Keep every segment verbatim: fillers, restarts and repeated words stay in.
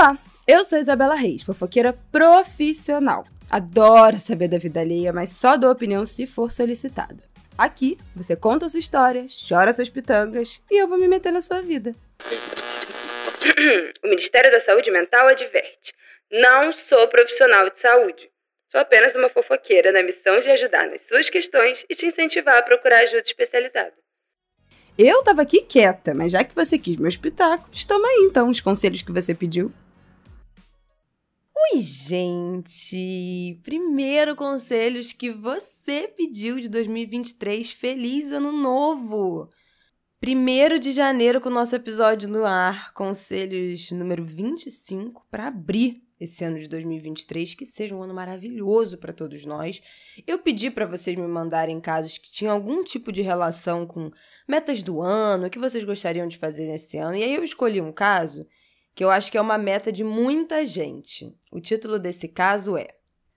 Olá, eu sou Isabela Reis, fofoqueira profissional. Adoro saber da vida alheia, mas só dou opinião se for solicitada. Aqui, você conta a sua história, chora suas pitangas e eu vou me meter na sua vida. O Ministério da Saúde Mental adverte: não sou profissional de saúde. Sou apenas uma fofoqueira na missão de ajudar nas suas questões e te incentivar a procurar ajuda especializada. Eu tava aqui quieta, mas já que você quis meus pitacos, toma aí então os conselhos que você pediu. Oi, gente! Primeiro, conselhos que você pediu de dois mil e vinte e três. Feliz Ano Novo! Primeiro de janeiro com o nosso episódio no ar. Conselhos número vinte e cinco para abrir esse ano de dois mil e vinte e três, que seja um ano maravilhoso para todos nós. Eu pedi para vocês me mandarem casos que tinham algum tipo de relação com metas do ano, o que vocês gostariam de fazer nesse ano. E aí eu escolhi um caso que eu acho que é uma meta de muita gente. O título desse caso é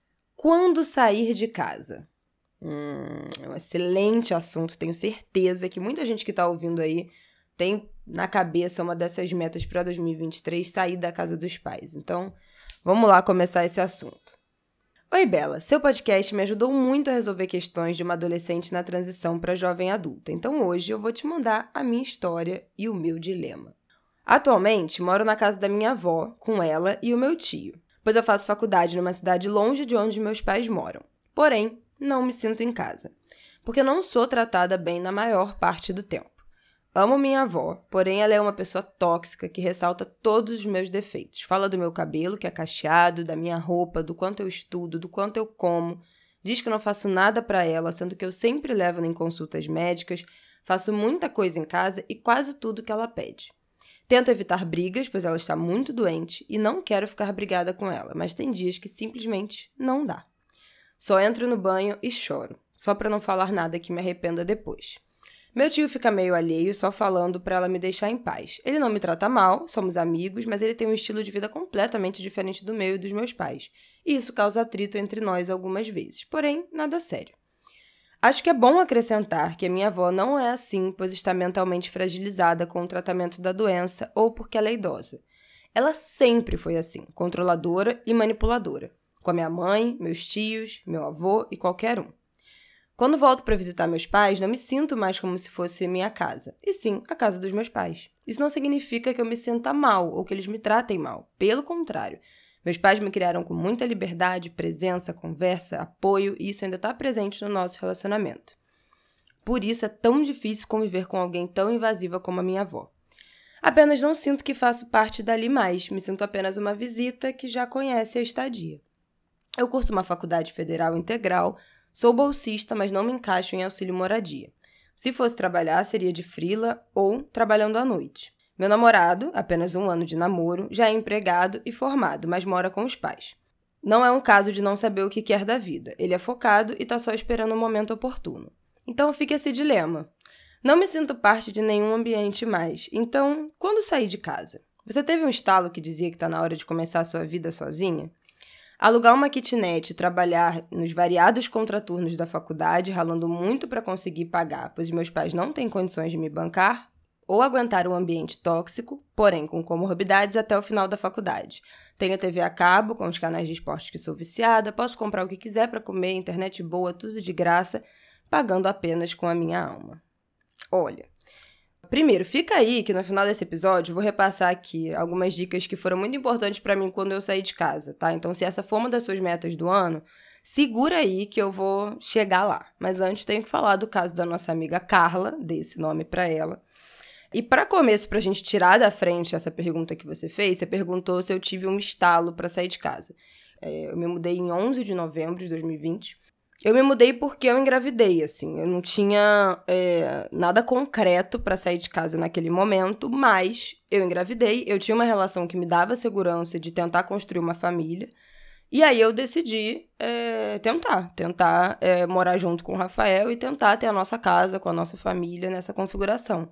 Quando Sair de Casa? Hum, é um excelente assunto, tenho certeza que muita gente que está ouvindo aí tem na cabeça uma dessas metas para dois mil e vinte e três, sair da casa dos pais. Então, vamos lá começar esse assunto. Oi, Bela, seu podcast me ajudou muito a resolver questões de uma adolescente na transição para jovem adulta. Então hoje eu vou te mandar a minha história e o meu dilema. Atualmente, moro na casa da minha avó, com ela e o meu tio, pois eu faço faculdade numa cidade longe de onde meus pais moram. Porém, não me sinto em casa, porque não sou tratada bem na maior parte do tempo. Amo minha avó, porém ela é uma pessoa tóxica que ressalta todos os meus defeitos. Fala do meu cabelo, que é cacheado, da minha roupa, do quanto eu estudo, do quanto eu como. Diz que eu não faço nada pra ela, sendo que eu sempre levo ela em consultas médicas, faço muita coisa em casa e quase tudo que ela pede. Tento evitar brigas, pois ela está muito doente e não quero ficar brigada com ela, mas tem dias que simplesmente não dá. Só entro no banho e choro, só pra não falar nada que me arrependa depois. Meu tio fica meio alheio, só falando pra ela me deixar em paz. Ele não me trata mal, somos amigos, mas ele tem um estilo de vida completamente diferente do meu e dos meus pais. E isso causa atrito entre nós algumas vezes, porém, nada sério. Acho que é bom acrescentar que a minha avó não é assim, pois está mentalmente fragilizada com o tratamento da doença ou porque ela é idosa. Ela sempre foi assim, controladora e manipuladora, com a minha mãe, meus tios, meu avô e qualquer um. Quando volto para visitar meus pais, não me sinto mais como se fosse minha casa, e sim a casa dos meus pais. Isso não significa que eu me sinta mal ou que eles me tratem mal. Pelo contrário, meus pais me criaram com muita liberdade, presença, conversa, apoio, e isso ainda está presente no nosso relacionamento. Por isso é tão difícil conviver com alguém tão invasiva como a minha avó. Apenas não sinto que faço parte dali mais, me sinto apenas uma visita que já conhece a estadia. Eu curso uma faculdade federal integral, sou bolsista, mas não me encaixo em auxílio moradia. Se fosse trabalhar, seria de freela ou trabalhando à noite. Meu namorado, apenas um ano de namoro, já é empregado e formado, mas mora com os pais. Não é um caso de não saber o que quer da vida. Ele é focado e está só esperando o momento oportuno. Então fica esse dilema. Não me sinto parte de nenhum ambiente mais. Então, quando sair de casa? Você teve um estalo que dizia que está na hora de começar a sua vida sozinha? Alugar uma kitnet e trabalhar nos variados contraturnos da faculdade, ralando muito para conseguir pagar, pois meus pais não têm condições de me bancar, ou aguentar um ambiente tóxico, porém com comorbidades até o final da faculdade. Tenho T V a cabo, com os canais de esporte que sou viciada, posso comprar o que quiser para comer, internet boa, tudo de graça, pagando apenas com a minha alma. Olha, primeiro, fica aí que no final desse episódio eu vou repassar aqui algumas dicas que foram muito importantes para mim quando eu saí de casa, tá? Então, se essa for uma das suas metas do ano, segura aí que eu vou chegar lá. Mas antes tenho que falar do caso da nossa amiga Carla, dei esse nome para ela. E para começo, para a gente tirar da frente essa pergunta que você fez, você perguntou se eu tive um estalo para sair de casa. É, eu me mudei em onze de novembro de dois mil e vinte. Eu me mudei porque eu engravidei, assim. Eu não tinha é, nada concreto para sair de casa naquele momento, mas eu engravidei, eu tinha uma relação que me dava segurança de tentar construir uma família. E aí eu decidi é, tentar, tentar é, morar junto com o Rafael e tentar ter a nossa casa com a nossa família nessa configuração.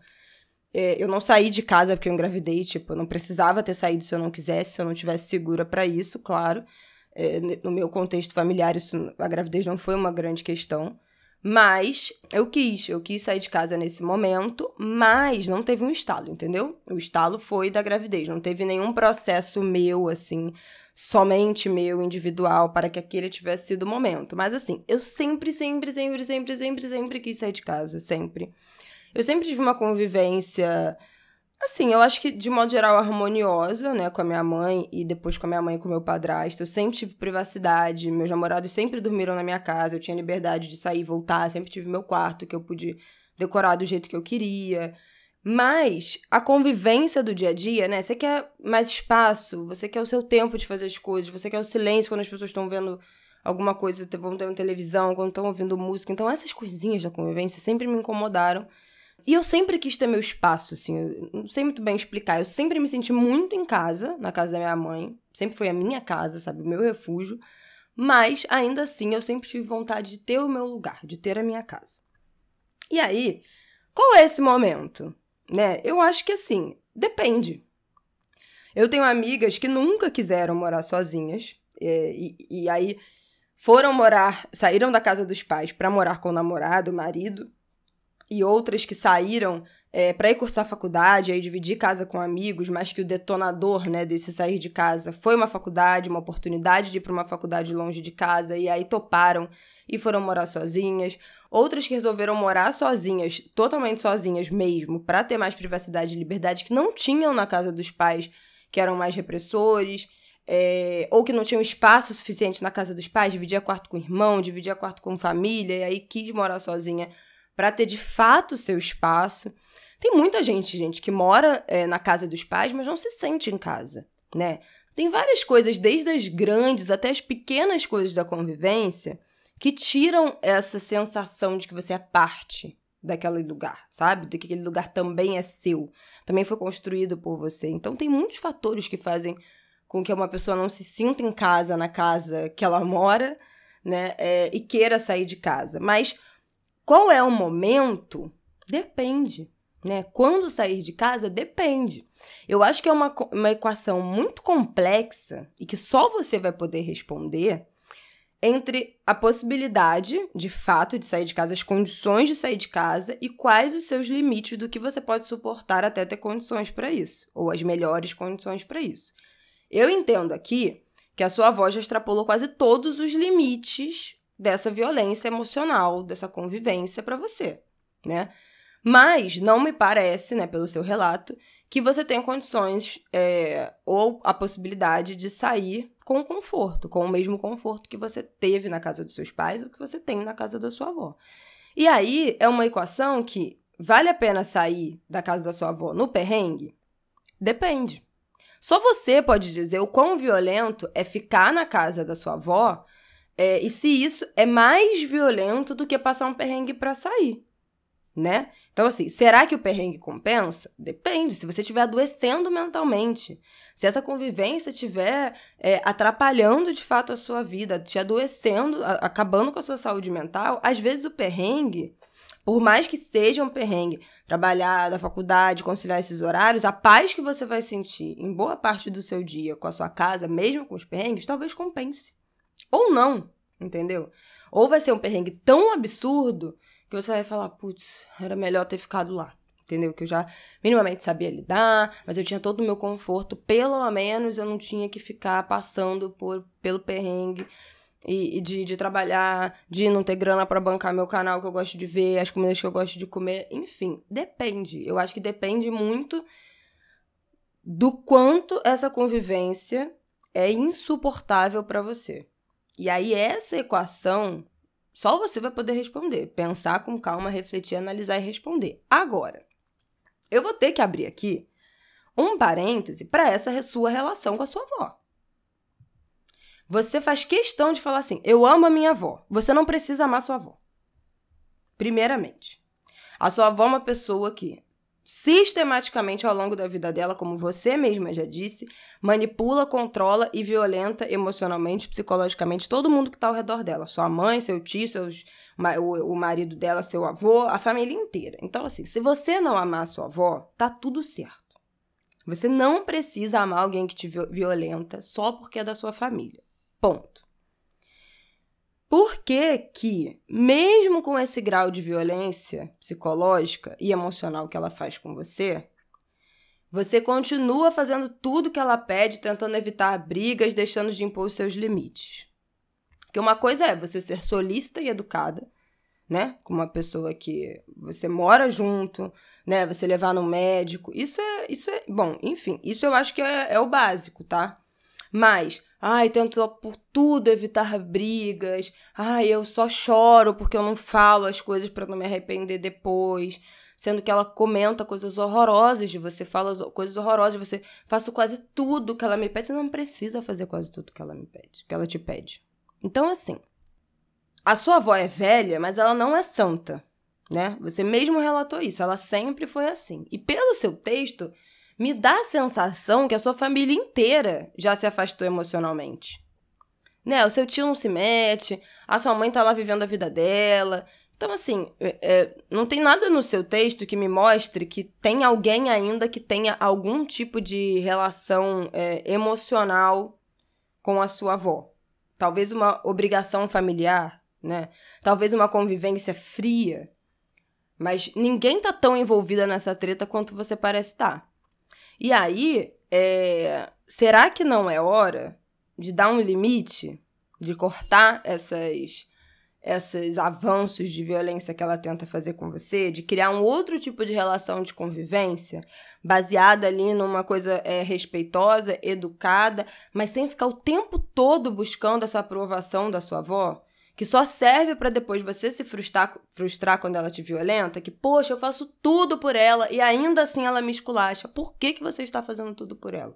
É, eu não saí de casa porque eu engravidei, tipo, eu não precisava ter saído se eu não quisesse, se eu não tivesse segura para isso, claro. É, no meu contexto familiar, isso, a gravidez não foi uma grande questão, Mas eu quis, eu quis sair de casa nesse momento, mas não teve um estalo, entendeu? O estalo foi da gravidez, não teve nenhum processo meu, assim, somente meu, individual, para que aquele tivesse sido o momento. Mas assim, eu sempre, sempre, sempre, sempre, sempre, sempre quis sair de casa, sempre. Eu sempre tive uma convivência, assim, eu acho que de modo geral harmoniosa, né, com a minha mãe e depois com a minha mãe e com o meu padrasto. Eu sempre tive privacidade, meus namorados sempre dormiram na minha casa, eu tinha liberdade de sair e voltar, sempre tive meu quarto que eu pude decorar do jeito que eu queria. Mas a convivência do dia a dia, né, você quer mais espaço, você quer o seu tempo de fazer as coisas, você quer o silêncio quando as pessoas estão vendo alguma coisa, vão ter uma televisão, quando estão ouvindo música. Então essas coisinhas da convivência sempre me incomodaram. E eu sempre quis ter meu espaço, assim, eu não sei muito bem explicar. Eu sempre me senti muito em casa, na casa da minha mãe. Sempre foi a minha casa, sabe, o meu refúgio. Mas, ainda assim, eu sempre tive vontade de ter o meu lugar, de ter a minha casa. E aí, qual é esse momento? Né? Eu acho que, assim, depende. Eu tenho amigas que nunca quiseram morar sozinhas. E, e, e aí, foram morar, saíram da casa dos pais para morar com o namorado, o marido. E outras que saíram é, para ir cursar faculdade, aí dividir casa com amigos, mas que o detonador, né, desse sair de casa foi uma faculdade, uma oportunidade de ir para uma faculdade longe de casa, e aí toparam e foram morar sozinhas. Outras que resolveram morar sozinhas, totalmente sozinhas mesmo, para ter mais privacidade e liberdade, que não tinham na casa dos pais, que eram mais repressores, é, ou que não tinham espaço suficiente na casa dos pais, dividia quarto com o irmão, dividia quarto com família, e aí quis morar sozinha para ter, de fato, seu espaço. Tem muita gente, gente, que mora é, na casa dos pais, mas não se sente em casa, né? Tem várias coisas, desde as grandes até as pequenas coisas da convivência, que tiram essa sensação de que você é parte daquele lugar, sabe? De que aquele lugar também é seu, também foi construído por você. Então, tem muitos fatores que fazem com que uma pessoa não se sinta em casa na casa que ela mora, né? É, e queira sair de casa. Mas qual é o momento? Depende, né? Quando sair de casa, depende. Eu acho que é uma, uma equação muito complexa e que só você vai poder responder entre a possibilidade, de fato, de sair de casa, as condições de sair de casa e quais os seus limites do que você pode suportar até ter condições para isso, ou as melhores condições para isso. Eu entendo aqui que a sua avó já extrapolou quase todos os limites dessa violência emocional, dessa convivência para você, né? Mas não me parece, né, pelo seu relato, que você tenha condições é, ou a possibilidade de sair com conforto, com o mesmo conforto que você teve na casa dos seus pais ou que você tem na casa da sua avó. E aí é uma equação que vale a pena sair da casa da sua avó no perrengue? Depende. Só você pode dizer o quão violento é ficar na casa da sua avó. É, e se isso é mais violento do que passar um perrengue para sair, né? Então, assim, será que o perrengue compensa? Depende. Se você estiver adoecendo mentalmente, se essa convivência estiver é, atrapalhando de fato a sua vida, te adoecendo, a, acabando com a sua saúde mental, às vezes o perrengue, por mais que seja um perrengue, trabalhar da faculdade, conciliar esses horários, a paz que você vai sentir em boa parte do seu dia com a sua casa, mesmo com os perrengues, talvez compense. Ou não, entendeu? Ou vai ser um perrengue tão absurdo que você vai falar, putz, era melhor ter ficado lá, entendeu? Que eu já minimamente sabia lidar, mas eu tinha todo o meu conforto, pelo menos eu não tinha que ficar passando por, pelo perrengue e, e de, de trabalhar, de não ter grana pra bancar meu canal que eu gosto de ver, as comidas que eu gosto de comer, enfim, depende. Eu acho que depende muito do quanto essa convivência é insuportável pra você. E aí, essa equação, só você vai poder responder. Pensar com calma, refletir, analisar e responder. Agora, eu vou ter que abrir aqui um parêntese para essa sua relação com a sua avó. Você faz questão de falar assim, eu amo a minha avó. Você não precisa amar a sua avó. Primeiramente, a sua avó é uma pessoa que sistematicamente ao longo da vida dela, como você mesma já disse, manipula, controla e violenta emocionalmente, psicologicamente todo mundo que está ao redor dela. Sua mãe, seu tio, seus, o, o marido dela, seu avô, a família inteira. Então, assim, se você não amar a sua avó, tá tudo certo. Você não precisa amar alguém que te violenta só porque é da sua família. Ponto. Por que que, mesmo com esse grau de violência psicológica e emocional que ela faz com você, você continua fazendo tudo que ela pede, tentando evitar brigas, deixando de impor os seus limites? Porque uma coisa é você ser solícita e educada, né? Com uma pessoa que você mora junto, né? Você levar no médico. Isso é, isso é... Bom, enfim, isso eu acho que é, é o básico, tá? Mas, ai, tento por tudo evitar brigas. Ai, eu só choro porque eu não falo as coisas pra não me arrepender depois. Sendo que ela comenta coisas horrorosas de você, fala coisas horrorosas de você. Faço quase tudo que ela me pede. Você não precisa fazer quase tudo que ela me pede, que ela te pede. Então, assim, a sua avó é velha, mas ela não é santa, né? Você mesmo relatou isso, ela sempre foi assim. E pelo seu texto, me dá a sensação que a sua família inteira já se afastou emocionalmente. Né? O seu tio não se mete, a sua mãe tá lá vivendo a vida dela. Então, assim, é, não tem nada no seu texto que me mostre que tem alguém ainda que tenha algum tipo de relação é, emocional com a sua avó. Talvez uma obrigação familiar, né? Talvez uma convivência fria. Mas ninguém tá tão envolvida nessa treta quanto você parece estar. E aí, é... será que não é hora de dar um limite? De cortar essas, esses avanços de violência que ela tenta fazer com você? De criar um outro tipo de relação de convivência? Baseada ali numa coisa é, respeitosa, educada, mas sem ficar o tempo todo buscando essa aprovação da sua avó, que só serve para depois você se frustrar, frustrar quando ela te violenta, que, poxa, eu faço tudo por ela e ainda assim ela me esculacha. Por que que você está fazendo tudo por ela?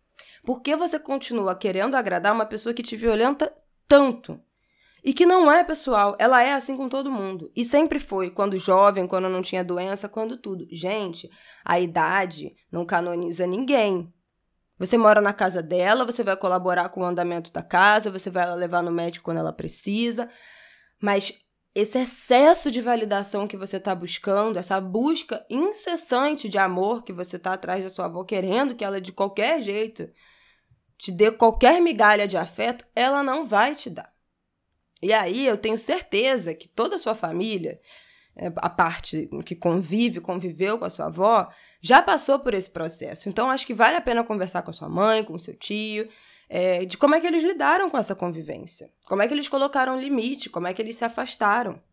Por que você continua querendo agradar uma pessoa que te violenta tanto? E que não é pessoal, ela é assim com todo mundo. E sempre foi, quando jovem, quando não tinha doença, quando tudo. Gente, a idade não canoniza ninguém. Você mora na casa dela, você vai colaborar com o andamento da casa, você vai levar no médico quando ela precisa. Mas esse excesso de validação que você está buscando, essa busca incessante de amor que você está atrás da sua avó, querendo que ela de qualquer jeito te dê qualquer migalha de afeto, ela não vai te dar. E aí eu tenho certeza que toda a sua família, a parte que convive, conviveu com a sua avó, já passou por esse processo. Então, acho que vale a pena conversar com a sua mãe, com o seu tio, é, de como é que eles lidaram com essa convivência. Como é que eles colocaram limite, como é que eles se afastaram.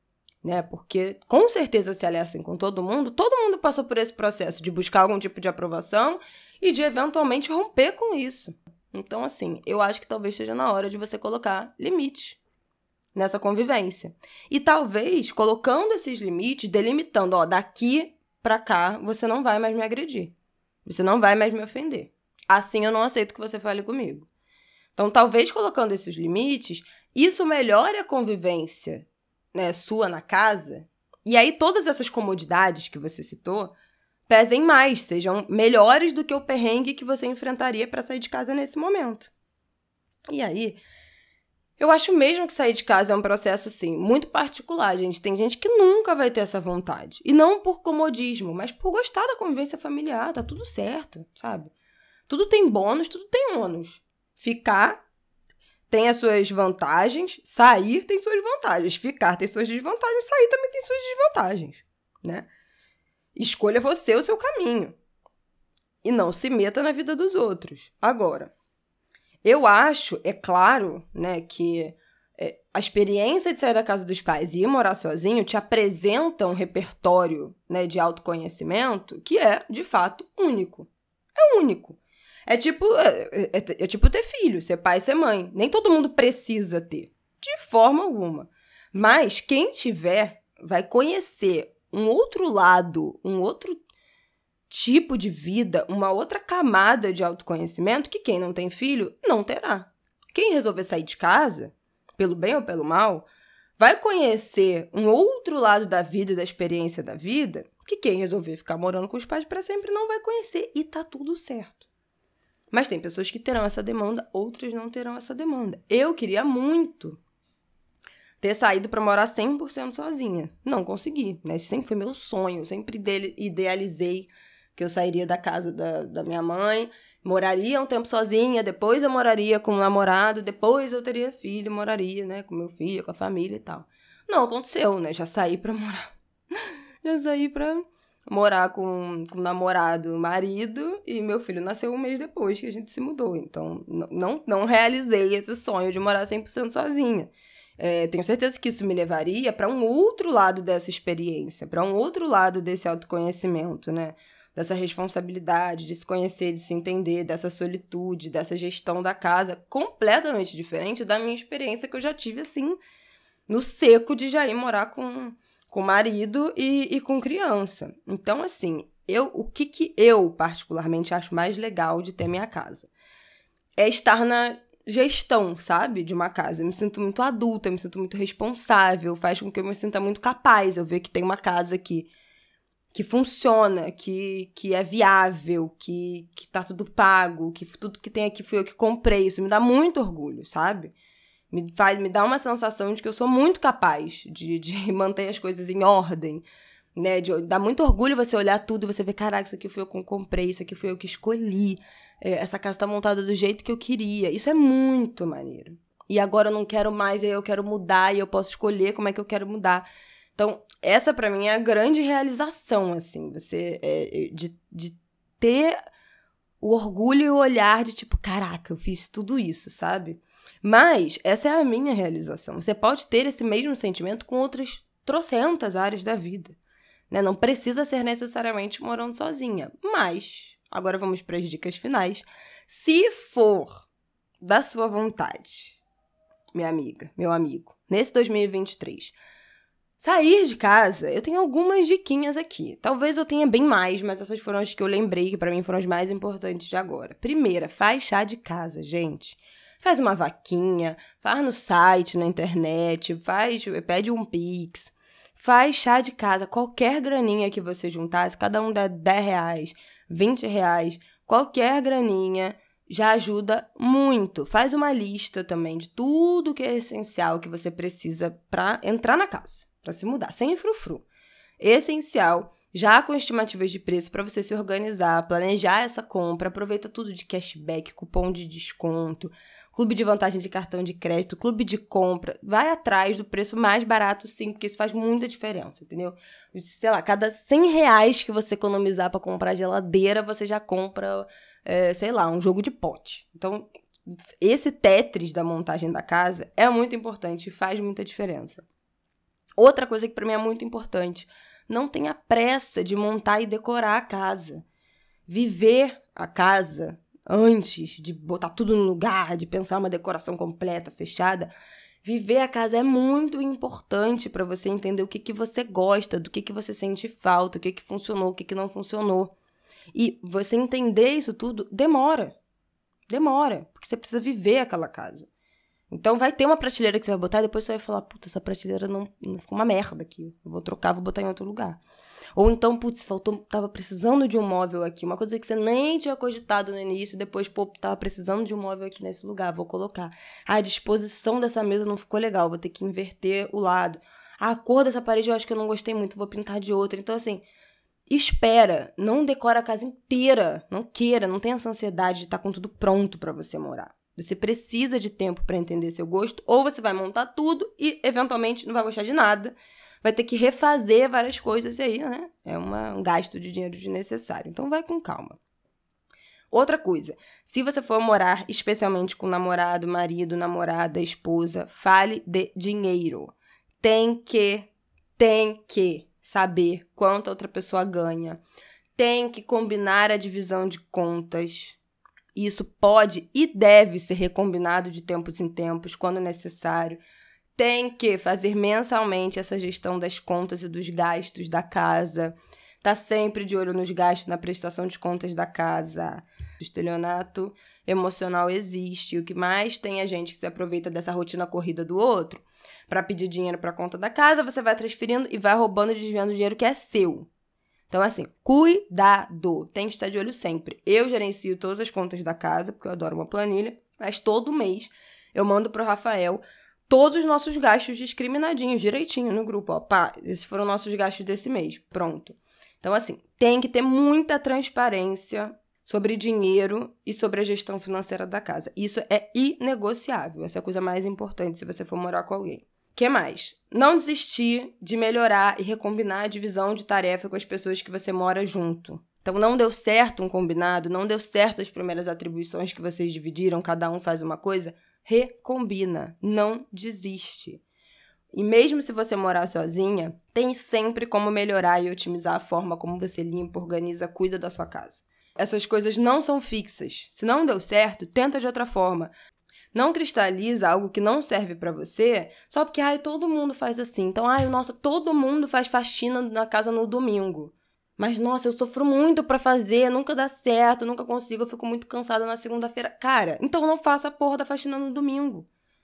Né? Porque, com certeza, se ela é assim com todo mundo, todo mundo passou por esse processo de buscar algum tipo de aprovação e de, eventualmente, romper com isso. Então, assim, eu acho que talvez esteja na hora de você colocar limite nessa convivência. E talvez, colocando esses limites, delimitando, ó, daqui pra cá, você não vai mais me agredir. Você não vai mais me ofender. Assim eu não aceito que você fale comigo. Então, talvez colocando esses limites, isso melhore a convivência, né, sua na casa. E aí todas essas comodidades que você citou pesem mais, sejam melhores do que o perrengue que você enfrentaria para sair de casa nesse momento. E aí, eu acho mesmo que sair de casa é um processo, assim, muito particular, gente. Tem gente que nunca vai ter essa vontade. E não por comodismo, mas por gostar da convivência familiar. Tá tudo certo, sabe? Tudo tem bônus, tudo tem ônus. Ficar tem as suas vantagens, sair tem suas vantagens. Ficar tem suas desvantagens, sair também tem suas desvantagens, né? Escolha você o seu caminho. E não se meta na vida dos outros. Agora, eu acho, é claro, né, que é, a experiência de sair da casa dos pais e ir morar sozinho te apresenta um repertório, né, de autoconhecimento que é, de fato, único. É único. É tipo, é, é, é tipo ter filho, ser pai e ser mãe. Nem todo mundo precisa ter, de forma alguma. Mas quem tiver vai conhecer um outro lado, um outro tipo de vida, uma outra camada de autoconhecimento que quem não tem filho não terá. Quem resolver sair de casa, pelo bem ou pelo mal, vai conhecer um outro lado da vida e da experiência da vida que quem resolver ficar morando com os pais para sempre não vai conhecer. E tá tudo certo. Mas tem pessoas que terão essa demanda, outras não terão essa demanda. Eu queria muito ter saído para morar cem por cento sozinha. Não consegui, né? Esse sempre foi meu sonho. Eu sempre idealizei que eu sairia da casa da, da minha mãe, moraria um tempo sozinha, depois eu moraria com o namorado, depois eu teria filho, moraria, né, com meu filho, com a família e tal. Não aconteceu, né? Já saí pra morar. Já saí pra morar com, com o namorado, marido, e meu filho nasceu um mês depois que a gente se mudou. Então, não, não, não realizei esse sonho de morar cem por cento sozinha. É, tenho certeza que isso me levaria para um outro lado dessa experiência, para um outro lado desse autoconhecimento, né? Dessa responsabilidade, de se conhecer, de se entender, dessa solitude, dessa gestão da casa, completamente diferente da minha experiência que eu já tive, assim, no seco de já ir morar com, com marido e, e com criança. Então, assim, eu, o que, que eu, particularmente, acho mais legal de ter minha casa? É estar na gestão, sabe, de uma casa. Eu me sinto muito adulta, eu me sinto muito responsável, faz com que eu me sinta muito capaz. Eu ver que tem uma casa que, que funciona, que, que é viável, que, que tá tudo pago, que tudo que tem aqui fui eu que comprei. Isso me dá muito orgulho, sabe? Me, faz, me dá uma sensação de que eu sou muito capaz de, de manter as coisas em ordem, né? De, dá muito orgulho você olhar tudo e você ver, caraca, isso aqui fui eu que comprei, isso aqui fui eu que escolhi. Essa casa tá montada do jeito que eu queria. Isso é muito maneiro. E agora eu não quero mais, eu quero mudar e eu posso escolher como é que eu quero mudar. Então, essa pra mim é a grande realização, assim. Você, é, de, de ter o orgulho e o olhar de tipo, caraca, eu fiz tudo isso, sabe? Mas essa é a minha realização. Você pode ter esse mesmo sentimento com outras trocentas áreas da vida, né? Não precisa ser necessariamente morando sozinha, mas... Agora vamos para as dicas finais. Se for da sua vontade, minha amiga, meu amigo, nesse dois mil e vinte e três, sair de casa, eu tenho algumas diquinhas aqui. Talvez eu tenha bem mais, mas essas foram as que eu lembrei, que para mim foram as mais importantes de agora. Primeira, faz chá de casa, gente. Faz uma vaquinha, faz no site, na internet, faz, pede um Pix. Faz chá de casa, qualquer graninha que você juntasse, cada um dá dez reais, vinte reais, qualquer graninha já ajuda muito. Faz uma lista também de tudo que é essencial que você precisa para entrar na casa, para se mudar, sem frufru. Essencial, já com estimativas de preço para você se organizar, planejar essa compra, aproveita tudo de cashback, cupom de desconto, clube de vantagem de cartão de crédito, clube de compra, vai atrás do preço mais barato, sim, porque isso faz muita diferença, entendeu? Sei lá, cada cem reais que você economizar para comprar geladeira, você já compra, é, sei lá, um jogo de pote. Então, esse Tetris da montagem da casa é muito importante e faz muita diferença. Outra coisa que para mim é muito importante, não tenha pressa de montar e decorar a casa. Viver a casa antes de botar tudo no lugar, de pensar uma decoração completa, fechada, viver a casa é muito importante para você entender o que, que você gosta, do que, que você sente falta, o que, que funcionou, o que, que não funcionou. E você entender isso tudo demora. Demora, porque você precisa viver aquela casa. Então vai ter uma prateleira que você vai botar e depois você vai falar, puta, essa prateleira não, não ficou uma merda aqui. Eu vou trocar, vou botar em outro lugar. Ou então, putz, faltou, tava precisando de um móvel aqui. Uma coisa que você nem tinha cogitado no início, depois, pô, tava precisando de um móvel aqui nesse lugar, vou colocar. Ah, a disposição dessa mesa não ficou legal, vou ter que inverter o lado. Ah, a cor dessa parede eu acho que eu não gostei muito, vou pintar de outra. Então, assim, espera, não decora a casa inteira. Não queira, não tenha essa ansiedade de estar com tudo pronto pra você morar. Você precisa de tempo para entender seu gosto, ou você vai montar tudo e, eventualmente, não vai gostar de nada. Vai ter que refazer várias coisas e aí, né? É uma, um gasto de dinheiro desnecessário. Então, vai com calma. Outra coisa, se você for morar especialmente com namorado, marido, namorada, esposa, fale de dinheiro. Tem que, tem que saber quanto a outra pessoa ganha. Tem que combinar a divisão de contas. Isso pode e deve ser recombinado de tempos em tempos, quando necessário. Tem que fazer mensalmente essa gestão das contas e dos gastos da casa. Tá sempre de olho nos gastos, na prestação de contas da casa. O estelionato emocional existe. O que mais tem a gente que se aproveita dessa rotina corrida do outro para pedir dinheiro para a conta da casa, você vai transferindo e vai roubando e desviando o dinheiro que é seu. Então, assim, cuidado. Tem que estar de olho sempre. Eu gerencio todas as contas da casa, porque eu adoro uma planilha, mas todo mês eu mando pro Rafael todos os nossos gastos discriminadinhos, direitinho no grupo. Ó, pá, esses foram nossos gastos desse mês. Pronto. Então, assim, tem que ter muita transparência sobre dinheiro e sobre a gestão financeira da casa. Isso é inegociável, essa é a coisa mais importante se você for morar com alguém. O que mais? Não desistir de melhorar e recombinar a divisão de tarefa com as pessoas que você mora junto. Então, não deu certo um combinado, não deu certo as primeiras atribuições que vocês dividiram, cada um faz uma coisa, recombina, não desiste. E mesmo se você morar sozinha, tem sempre como melhorar e otimizar a forma como você limpa, organiza, cuida da sua casa. Essas coisas não são fixas. Se não deu certo, tenta de outra forma. Não cristaliza algo que não serve pra você só porque, ai, todo mundo faz assim. Então, ai, nossa, todo mundo faz faxina na casa no domingo. Mas, nossa, eu sofro muito pra fazer, nunca dá certo, nunca consigo, eu fico muito cansada na segunda-feira. Cara, então não faça a porra da faxina no domingo.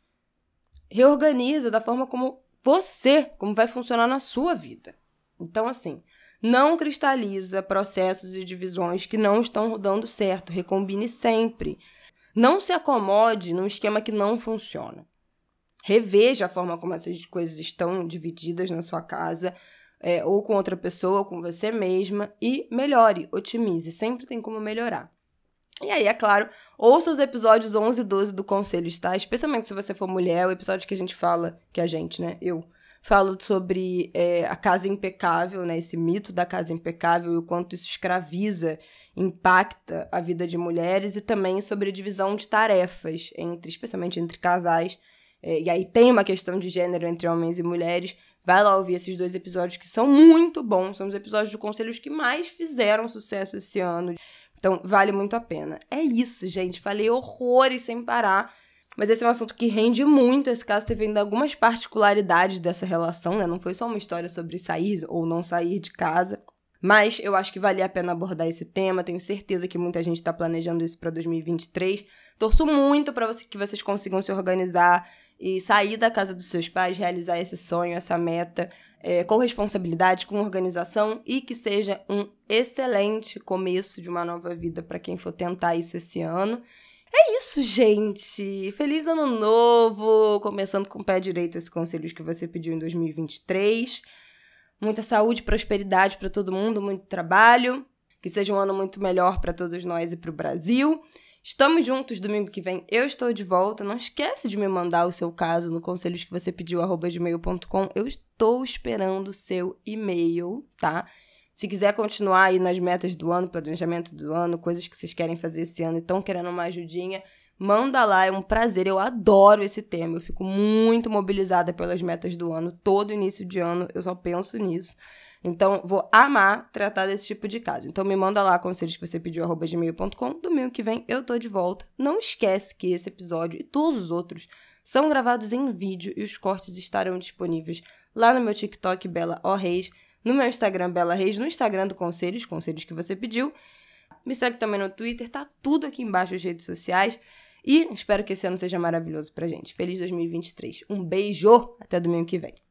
Reorganiza da forma como você, como vai funcionar na sua vida. Então, assim, não cristaliza processos e divisões que não estão dando certo. Recombine sempre. Não se acomode num esquema que não funciona. Reveja a forma como essas coisas estão divididas na sua casa, é, ou com outra pessoa, ou com você mesma, e melhore, otimize. Sempre tem como melhorar. E aí, é claro, ouça os episódios onze e doze do Conselhos, tá? Especialmente se você for mulher, o episódio que a gente fala, que a gente, né, eu, falo sobre é, a casa impecável, né, esse mito da casa impecável e o quanto isso escraviza, impacta a vida de mulheres, e também sobre a divisão de tarefas, entre, especialmente entre casais. É, e aí tem uma questão de gênero entre homens e mulheres. Vai lá ouvir esses dois episódios que são muito bons, são os episódios do Conselhos que mais fizeram sucesso esse ano. Então, vale muito a pena. É isso, gente. Falei horrores sem parar. Mas esse é um assunto que rende muito. Esse caso teve ainda algumas particularidades dessa relação, né? Não foi só uma história sobre sair ou não sair de casa. Mas eu acho que valia a pena abordar esse tema. Tenho certeza que muita gente está planejando isso para dois mil e vinte e três. Torço muito para você, que vocês consigam se organizar e sair da casa dos seus pais, realizar esse sonho, essa meta, é, com responsabilidade, com organização, e que seja um excelente começo de uma nova vida para quem for tentar isso esse ano. É isso, gente! Feliz ano novo! Começando com o pé direito esses conselhos que você pediu em dois mil e vinte e três. Muita saúde, prosperidade para todo mundo, muito trabalho. Que seja um ano muito melhor para todos nós e para o Brasil. Estamos juntos domingo que vem, eu estou de volta. Não esquece de me mandar o seu caso no conselhos que você pediu, arroba gmail ponto com. Eu estou esperando o seu e-mail, tá? Se quiser continuar aí nas metas do ano, planejamento do ano, coisas que vocês querem fazer esse ano e estão querendo uma ajudinha, manda lá, é um prazer. Eu adoro esse tema, eu fico muito mobilizada pelas metas do ano. Todo início de ano eu só penso nisso. Então, vou amar tratar desse tipo de caso. Então, me manda lá conselhos que você pediu, arroba gmail ponto com. Domingo que vem eu tô de volta. Não esquece que esse episódio e todos os outros são gravados em vídeo e os cortes estarão disponíveis lá no meu TikTok, Bela O Reis, no meu Instagram, Bela Reis, no Instagram do Conselhos, Conselhos que você pediu. Me segue também no Twitter, tá tudo aqui embaixo nas redes sociais. E espero que esse ano seja maravilhoso pra gente. Feliz dois mil e vinte e três. Um beijo, até domingo que vem.